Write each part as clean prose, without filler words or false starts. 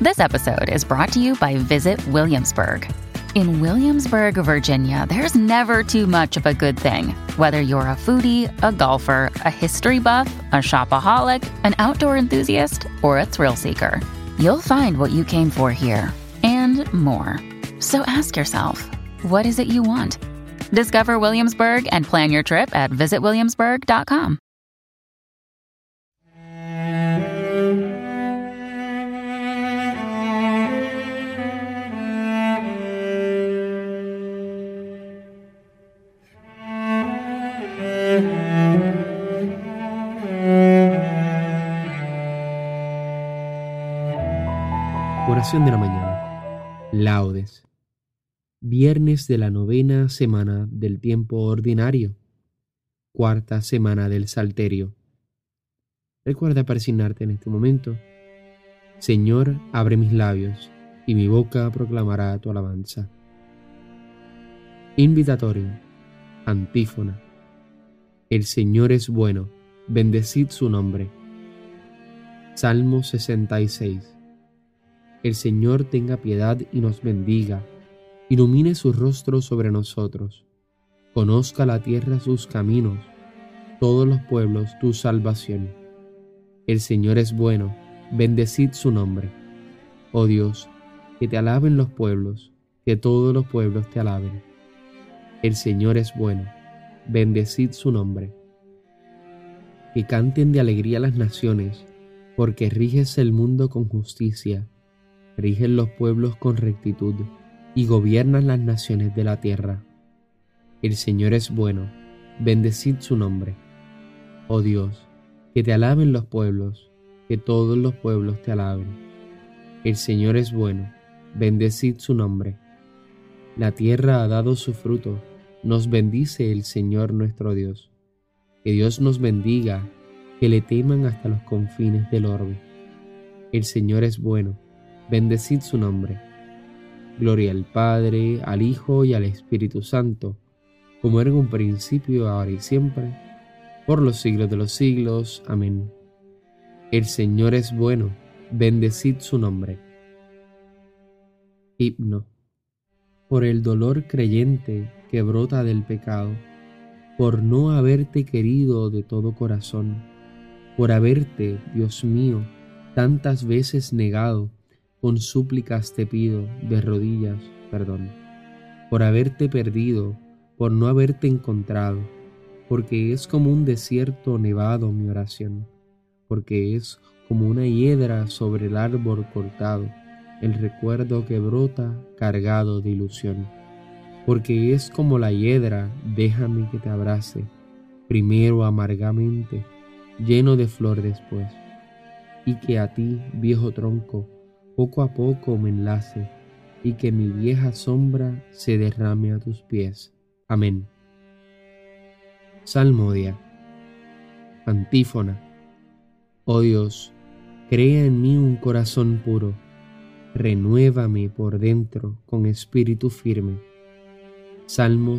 This episode is brought to you by Visit Williamsburg. In Williamsburg, Virginia, there's never too much of a good thing. Whether you're a foodie, a golfer, a history buff, a shopaholic, an outdoor enthusiast, or a thrill seeker, you'll find what you came for here and more. So ask yourself, what is it you want? Discover Williamsburg and plan your trip at visitwilliamsburg.com. Oración de la mañana. Laudes. Viernes de la 9ª semana del tiempo ordinario. 4ª semana del Salterio. Recuerda persignarte en este momento. Señor, abre mis labios, y mi boca proclamará tu alabanza. Invitatorio. Antífona. El Señor es bueno, bendecid su nombre. Salmo 66. El Señor tenga piedad y nos bendiga, ilumine su rostro sobre nosotros, conozca la tierra sus caminos, todos los pueblos tu salvación. El Señor es bueno, bendecid su nombre. Oh Dios, que te alaben los pueblos, que todos los pueblos te alaben. El Señor es bueno, bendecid su nombre. Que canten de alegría las naciones, porque riges el mundo con justicia. Riges los pueblos con rectitud y gobiernas las naciones de la tierra. El Señor es bueno, bendecid su nombre. Oh Dios, que te alaben los pueblos, que todos los pueblos te alaben. El Señor es bueno, bendecid su nombre. La tierra ha dado su fruto, nos bendice el Señor nuestro Dios. Que Dios nos bendiga, que le teman hasta los confines del orbe. El Señor es bueno, bendecid su nombre. Gloria al Padre, al Hijo y al Espíritu Santo, como era en un principio, ahora y siempre, por los siglos de los siglos. Amén. El Señor es bueno, bendecid su nombre. Himno. Por el dolor creyente que brota del pecado, por no haberte querido de todo corazón, por haberte, Dios mío, tantas veces negado, con súplicas te pido, de rodillas, perdón. Por haberte perdido, por no haberte encontrado, porque es como un desierto nevado mi oración, porque es como una hiedra sobre el árbol cortado, el recuerdo que brota cargado de ilusión. Porque es como la hiedra, déjame que te abrace, primero amargamente, lleno de flor después, y que a ti, viejo tronco, poco a poco me enlace, y que mi vieja sombra se derrame a tus pies. Amén. Salmodia. Antífona. Oh Dios, crea en mí un corazón puro, renuévame por dentro con espíritu firme. Salmo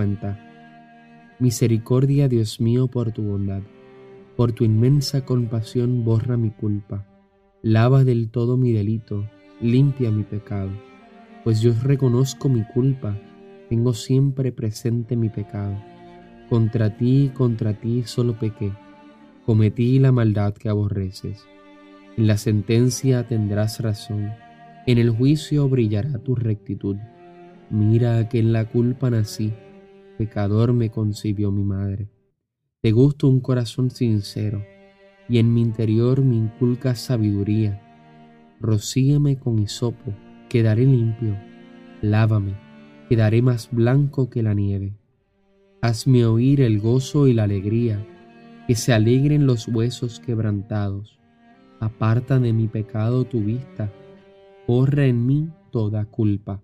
50. Misericordia, Dios mío, por tu bondad, por tu inmensa compasión borra mi culpa. Lava del todo mi delito, limpia mi pecado, pues yo reconozco mi culpa, tengo siempre presente mi pecado. Contra ti solo pequé, cometí la maldad que aborreces. En la sentencia tendrás razón, en el juicio brillará tu rectitud. Mira que en la culpa nací, pecador me concibió mi madre. Te gusto un corazón sincero, y en mi interior me inculcas sabiduría. Rocíame con hisopo, quedaré limpio. Lávame, quedaré más blanco que la nieve. Hazme oír el gozo y la alegría, que se alegren los huesos quebrantados. Aparta de mi pecado tu vista, borra en mí toda culpa.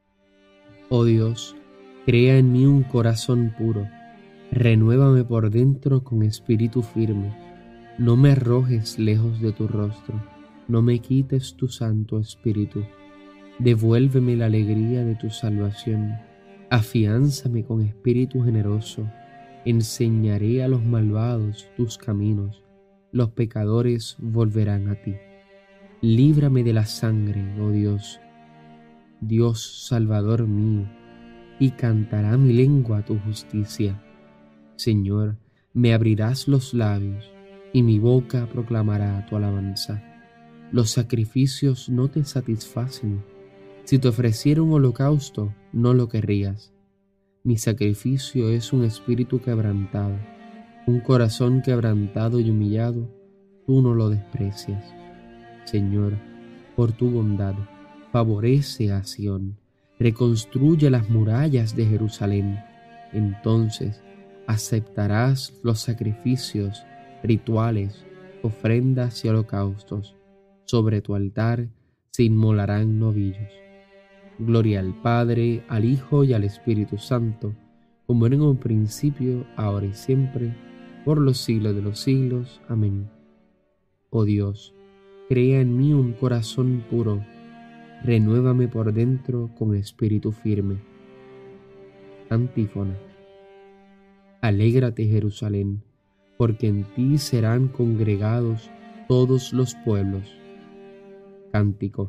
Oh Dios, crea en mí un corazón puro, renuévame por dentro con espíritu firme. No me arrojes lejos de tu rostro, no me quites tu Santo Espíritu. Devuélveme la alegría de tu salvación, afiánzame con espíritu generoso. Enseñaré a los malvados tus caminos, los pecadores volverán a ti. Líbrame de la sangre, oh Dios, Dios Salvador mío, y cantará mi lengua tu justicia. Señor, me abrirás los labios, y mi boca proclamará tu alabanza. Los sacrificios no te satisfacen. Si te ofreciera un holocausto, no lo querrías. Mi sacrificio es un espíritu quebrantado, un corazón quebrantado y humillado, tú no lo desprecias. Señor, por tu bondad, favorece a Sión, reconstruye las murallas de Jerusalén. Entonces aceptarás los sacrificios, rituales, ofrendas y holocaustos. Sobre tu altar se inmolarán novillos. Gloria al Padre, al Hijo y al Espíritu Santo, como era en un principio, ahora y siempre, por los siglos de los siglos. Amén. Oh Dios, crea en mí un corazón puro, renuévame por dentro con espíritu firme. Antífona. Alégrate, Jerusalén, porque en ti serán congregados todos los pueblos. Cántico.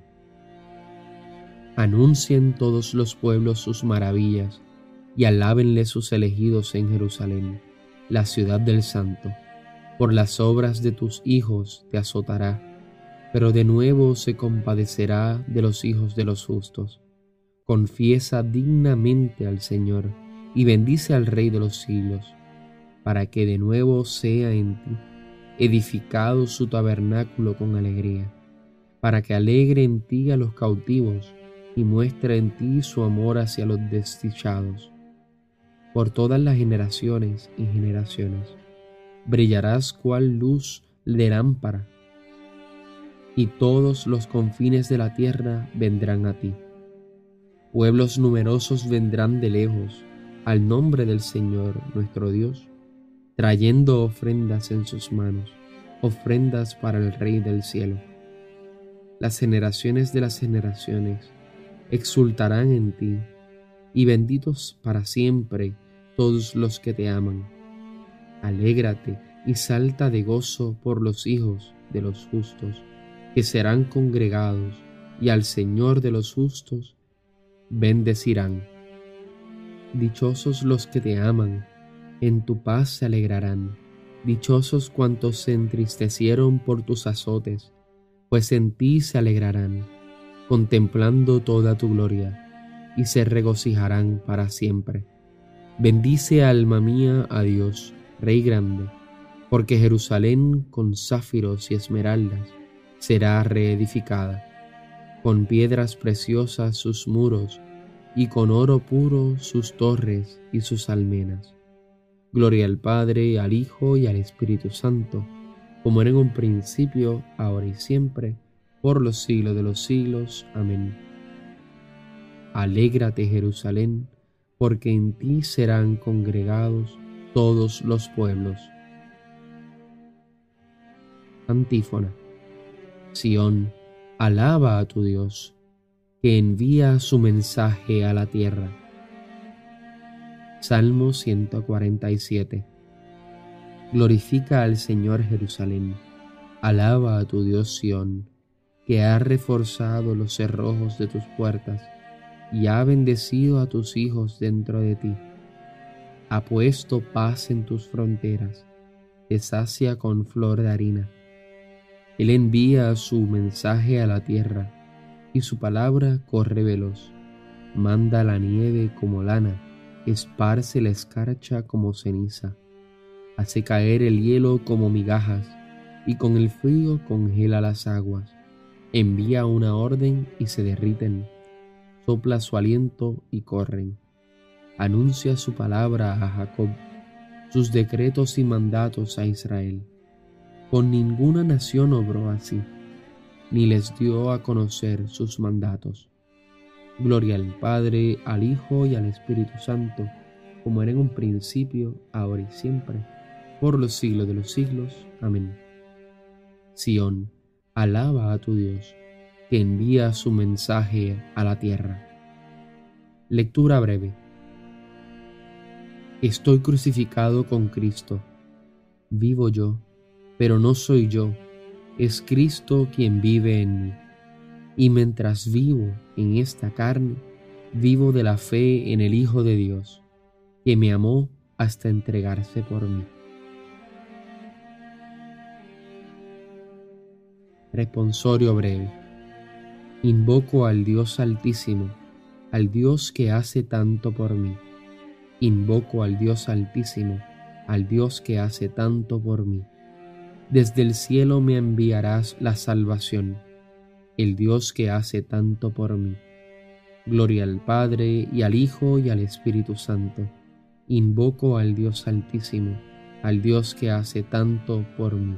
Anuncien todos los pueblos sus maravillas, y alábenle sus elegidos en Jerusalén, la ciudad del Santo. Por las obras de tus hijos te azotará, pero de nuevo se compadecerá de los hijos de los justos. Confiesa dignamente al Señor, y bendice al Rey de los siglos, para que de nuevo sea en ti edificado su tabernáculo con alegría, para que alegre en ti a los cautivos, y muestre en ti su amor hacia los desdichados. Por todas las generaciones y generaciones brillarás cual luz de lámpara, y todos los confines de la tierra vendrán a ti. Pueblos numerosos vendrán de lejos al nombre del Señor nuestro Dios, trayendo ofrendas en sus manos, ofrendas para el Rey del cielo. Las generaciones de las generaciones exultarán en ti, y benditos para siempre todos los que te aman. Alégrate y salta de gozo por los hijos de los justos, que serán congregados, y al Señor de los justos bendecirán. Dichosos los que te aman, en tu paz se alegrarán. Dichosos cuantos se entristecieron por tus azotes, pues en ti se alegrarán, contemplando toda tu gloria, y se regocijarán para siempre. Bendice, alma mía, a Dios, Rey grande, porque Jerusalén con záfiros y esmeraldas será reedificada, con piedras preciosas sus muros, y con oro puro sus torres y sus almenas. Gloria al Padre, al Hijo y al Espíritu Santo, como era en un principio, ahora y siempre, por los siglos de los siglos. Amén. Alégrate, Jerusalén, porque en ti serán congregados todos los pueblos. Antífona. Sión, alaba a tu Dios, que envía su mensaje a la tierra. Salmo 147. Glorifica al Señor, Jerusalén, alaba a tu Dios Sión, que ha reforzado los cerrojos de tus puertas y ha bendecido a tus hijos dentro de ti. Ha puesto paz en tus fronteras, te sacia con flor de harina. Él envía su mensaje a la tierra, y su palabra corre veloz. Manda la nieve como lana, esparce la escarcha como ceniza. Hace caer el hielo como migajas, y con el frío congela las aguas. Envía una orden y se derriten, sopla su aliento y corren. Anuncia su palabra a Jacob, sus decretos y mandatos a Israel. Con ninguna nación obró así, ni les dio a conocer sus mandatos. Gloria al Padre, al Hijo y al Espíritu Santo, como era en un principio, ahora y siempre, por los siglos de los siglos. Amén. Sión, alaba a tu Dios, que envía su mensaje a la tierra. Lectura breve. Estoy crucificado con Cristo. Vivo yo, pero no soy yo, es Cristo quien vive en mí. Y mientras vivo en esta carne, vivo de la fe en el Hijo de Dios, que me amó hasta entregarse por mí. Responsorio breve. Invoco al Dios Altísimo, al Dios que hace tanto por mí. Invoco al Dios Altísimo, al Dios que hace tanto por mí. Desde el cielo me enviarás la salvación, el Dios que hace tanto por mí. Gloria al Padre, y al Hijo, y al Espíritu Santo. Invoco al Dios Altísimo, al Dios que hace tanto por mí.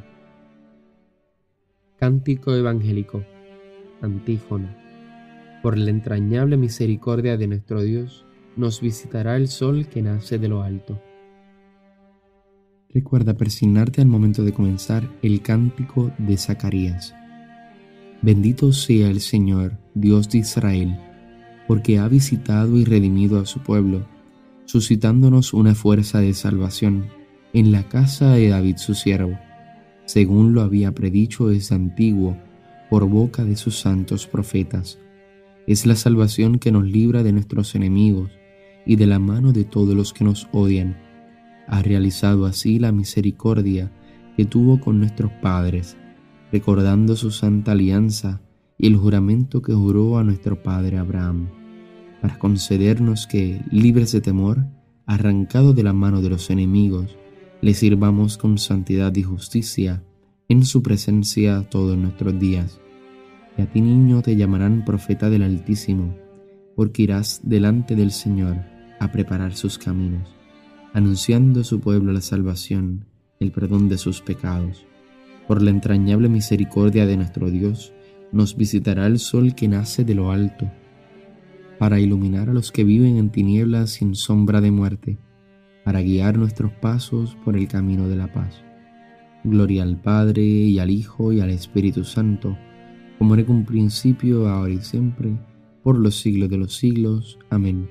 Cántico evangélico. Antífona. Por la entrañable misericordia de nuestro Dios, nos visitará el sol que nace de lo alto. Recuerda persignarte al momento de comenzar el cántico de Zacarías. Bendito sea el Señor, Dios de Israel, porque ha visitado y redimido a su pueblo, suscitándonos una fuerza de salvación en la casa de David su siervo, según lo había predicho desde antiguo por boca de sus santos profetas. Es la salvación que nos libra de nuestros enemigos y de la mano de todos los que nos odian. Ha realizado así la misericordia que tuvo con nuestros padres, recordando su santa alianza y el juramento que juró a nuestro padre Abraham, para concedernos que, libres de temor, arrancados de la mano de los enemigos, le sirvamos con santidad y justicia en su presencia todos nuestros días. Y a ti, niño, te llamarán profeta del Altísimo, porque irás delante del Señor a preparar sus caminos, anunciando a su pueblo la salvación, el perdón de sus pecados. Por la entrañable misericordia de nuestro Dios, nos visitará el sol que nace de lo alto, para iluminar a los que viven en tinieblas sin sombra de muerte, para guiar nuestros pasos por el camino de la paz. Gloria al Padre, y al Hijo, y al Espíritu Santo, como era en un principio, ahora y siempre, por los siglos de los siglos. Amén.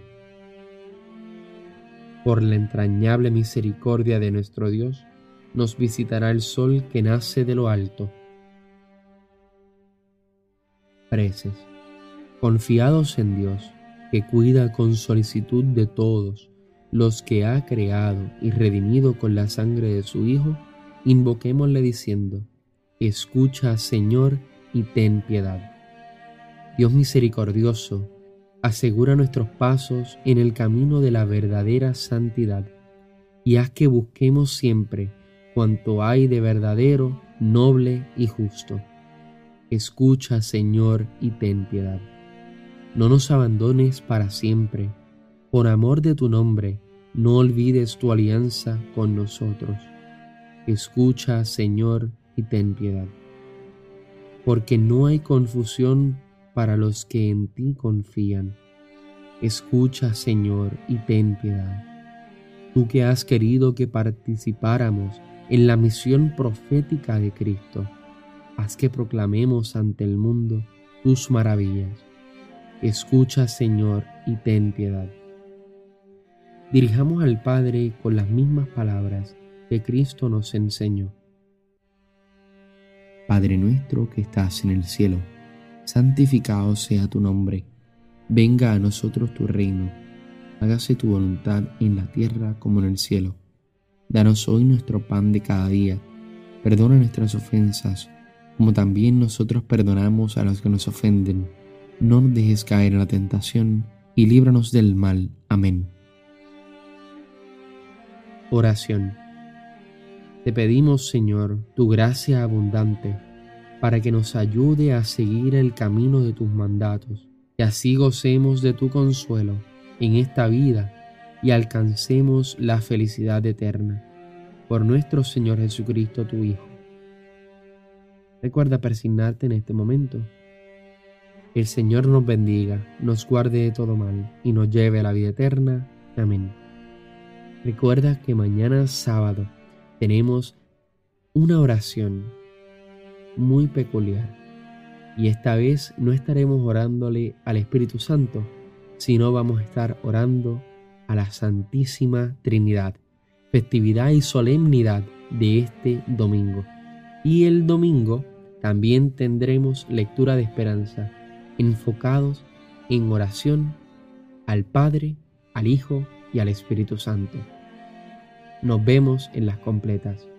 Por la entrañable misericordia de nuestro Dios, nos visitará el sol que nace de lo alto. Preces. Confiados en Dios, que cuida con solicitud de todos los que ha creado y redimido con la sangre de su Hijo, invoquémosle diciendo: escucha, Señor, y ten piedad. Dios misericordioso, asegura nuestros pasos en el camino de la verdadera santidad, y haz que busquemos siempre cuanto hay de verdadero, noble y justo. Escucha, Señor, y ten piedad. No nos abandones para siempre. Por amor de tu nombre, no olvides tu alianza con nosotros. Escucha, Señor, y ten piedad. Porque no hay confusión para los que en ti confían. Escucha, Señor, y ten piedad. Tú que has querido que participáramos en la misión profética de Cristo, haz que proclamemos ante el mundo tus maravillas. Escucha, Señor, y ten piedad. Dirijamos al Padre con las mismas palabras que Cristo nos enseñó. Padre nuestro que estás en el cielo, santificado sea tu nombre. Venga a nosotros tu reino. Hágase tu voluntad en la tierra como en el cielo. Danos hoy nuestro pan de cada día. Perdona nuestras ofensas, como también nosotros perdonamos a los que nos ofenden. No nos dejes caer en la tentación, y líbranos del mal. Amén. Oración. Te pedimos, Señor, tu gracia abundante, para que nos ayude a seguir el camino de tus mandatos, y así gocemos de tu consuelo en esta vida y alcancemos la felicidad eterna. Por nuestro Señor Jesucristo, tu Hijo. Recuerda persignarte en este momento. El Señor nos bendiga, nos guarde de todo mal y nos lleve a la vida eterna. Amén. Recuerda que mañana sábado tenemos una oración muy peculiar, y esta vez no estaremos orándole al Espíritu Santo, sino vamos a estar orando a la Santísima Trinidad, festividad y solemnidad de este domingo. Y el domingo también tendremos lectura de esperanza, enfocados en oración al Padre, al Hijo y al Espíritu Santo. Nos vemos en las completas.